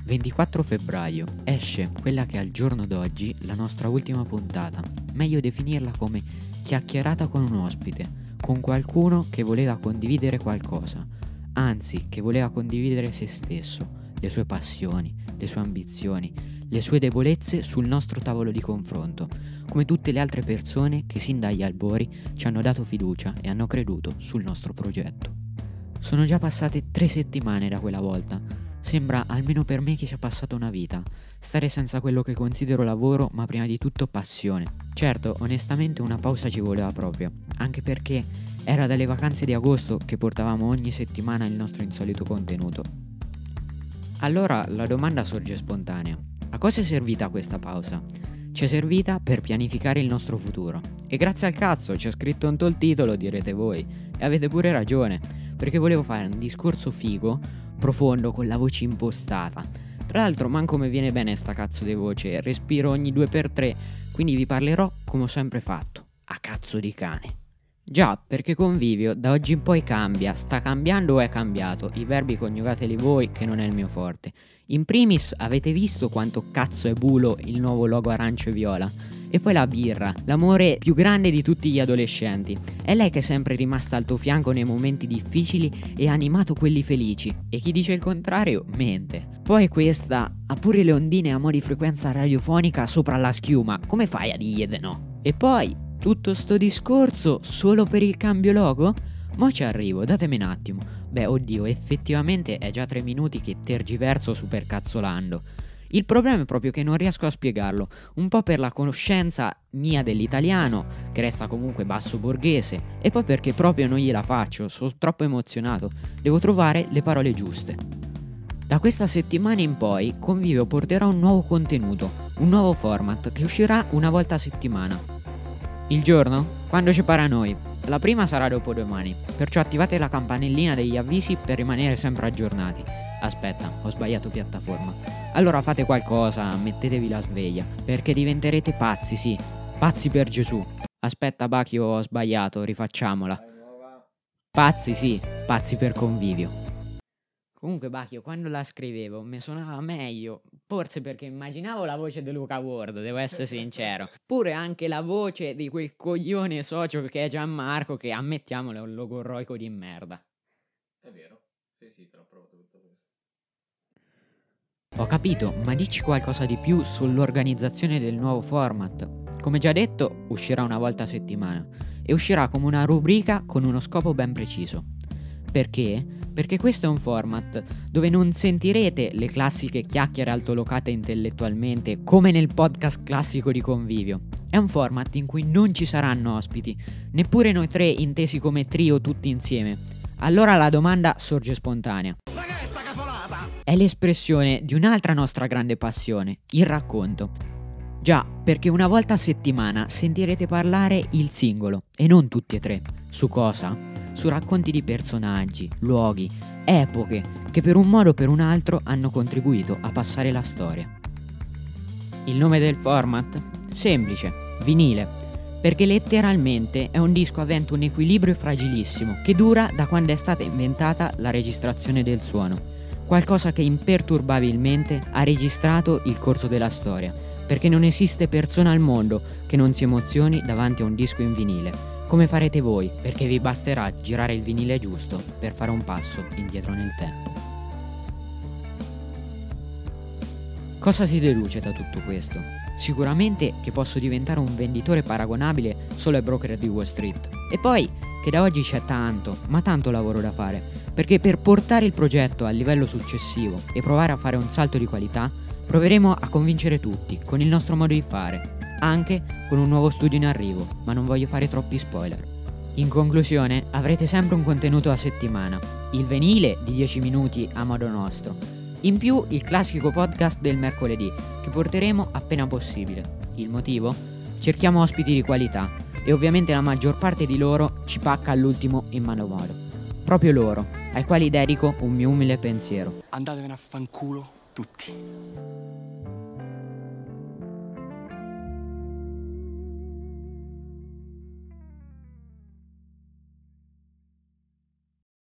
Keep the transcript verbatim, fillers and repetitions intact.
ventiquattro febbraio esce quella che al giorno d'oggi la nostra ultima puntata, meglio definirla come chiacchierata con un ospite, con qualcuno che voleva condividere qualcosa, anzi che voleva condividere se stesso, le sue passioni, le sue ambizioni, le sue debolezze sul nostro tavolo di confronto, come tutte le altre persone che sin dagli albori ci hanno dato fiducia e hanno creduto sul nostro progetto. Sono già passate tre settimane da quella volta. Sembra, almeno per me, che sia passata una vita, stare senza quello che considero lavoro, ma prima di tutto passione. Certo, onestamente una pausa ci voleva proprio, anche perché era dalle vacanze di agosto che portavamo ogni settimana il nostro insolito contenuto. Allora la domanda sorge spontanea: a cosa è servita questa pausa? Ci è servita per pianificare il nostro futuro. E grazie al cazzo c'è scritto un tol titolo, direte voi, e avete pure ragione, perché volevo fare un discorso figo, profondo, con la voce impostata. Tra l'altro manco mi viene bene sta cazzo di voce, respiro ogni due per tre, quindi vi parlerò come ho sempre fatto, a cazzo di cane. Già, perché Convivio da oggi in poi cambia, sta cambiando o è cambiato, i verbi coniugateli voi che non è il mio forte. In primis avete visto quanto cazzo è bulo il nuovo logo arancio e viola? E poi la birra, l'amore più grande di tutti gli adolescenti. È lei che è sempre rimasta al tuo fianco nei momenti difficili e ha animato quelli felici. E chi dice il contrario, mente. Poi questa ha pure le ondine a mo' di frequenza radiofonica sopra la schiuma. Come fai a dirgli no? E poi, tutto sto discorso solo per il cambio logo? Mo' ci arrivo, datemi un attimo. Beh, oddio, effettivamente è già tre minuti che tergiverso supercazzolando. Il problema è proprio che non riesco a spiegarlo, un po' per la conoscenza mia dell'italiano, che resta comunque basso borghese, e poi perché proprio non gliela faccio, sono troppo emozionato, devo trovare le parole giuste. Da questa settimana in poi Convivio porterà un nuovo contenuto, un nuovo format che uscirà una volta a settimana. Il giorno? Quando ci pare a noi. La prima sarà dopodomani, perciò attivate la campanellina degli avvisi per rimanere sempre aggiornati. Aspetta, ho sbagliato piattaforma. Allora fate qualcosa, mettetevi la sveglia, perché diventerete pazzi, sì, pazzi per Gesù. Aspetta Bacchio, ho sbagliato, rifacciamola. Pazzi, sì, pazzi per Convivio. Comunque Bacchio, quando la scrivevo mi suonava meglio, forse perché immaginavo la voce di Luca Ward, devo essere sincero. Pure anche la voce di quel coglione socio che è Gianmarco, che ammettiamolo è un logorroico di merda. È vero, sì sì, te l'ho provato tutto questo. Ho capito, ma dici qualcosa di più sull'organizzazione del nuovo format. Come già detto, uscirà una volta a settimana e uscirà come una rubrica con uno scopo ben preciso. Perché? Perché questo è un format dove non sentirete le classiche chiacchiere altolocate intellettualmente come nel podcast classico di Convivio. È un format in cui non ci saranno ospiti, neppure noi tre intesi come trio tutti insieme. Allora la domanda sorge spontanea. È l'espressione di un'altra nostra grande passione, il racconto. Già, perché una volta a settimana sentirete parlare il singolo, e non tutti e tre. Su cosa? Su racconti di personaggi, luoghi, epoche, che per un modo o per un altro hanno contribuito a passare la storia. Il nome del format? Semplice, vinile, perché letteralmente è un disco avente un equilibrio fragilissimo, che dura da quando è stata inventata la registrazione del suono. Qualcosa che imperturbabilmente ha registrato il corso della storia, perché non esiste persona al mondo che non si emozioni davanti a un disco in vinile, come farete voi, perché vi basterà girare il vinile giusto per fare un passo indietro nel tempo. Cosa si deduce da tutto questo? Sicuramente che posso diventare un venditore paragonabile solo ai broker di Wall Street. E poi che da oggi c'è tanto, ma tanto lavoro da fare, perché per portare il progetto al livello successivo e provare a fare un salto di qualità, proveremo a convincere tutti con il nostro modo di fare, anche con un nuovo studio in arrivo, ma non voglio fare troppi spoiler. In conclusione, avrete sempre un contenuto a settimana, il vinile di dieci minuti a modo nostro, in più il classico podcast del mercoledì, che porteremo appena possibile. Il motivo? Cerchiamo ospiti di qualità, e ovviamente la maggior parte di loro ci pacca all'ultimo in mano modo. Proprio loro, ai quali dedico un mio umile pensiero. Andatevene a fanculo tutti.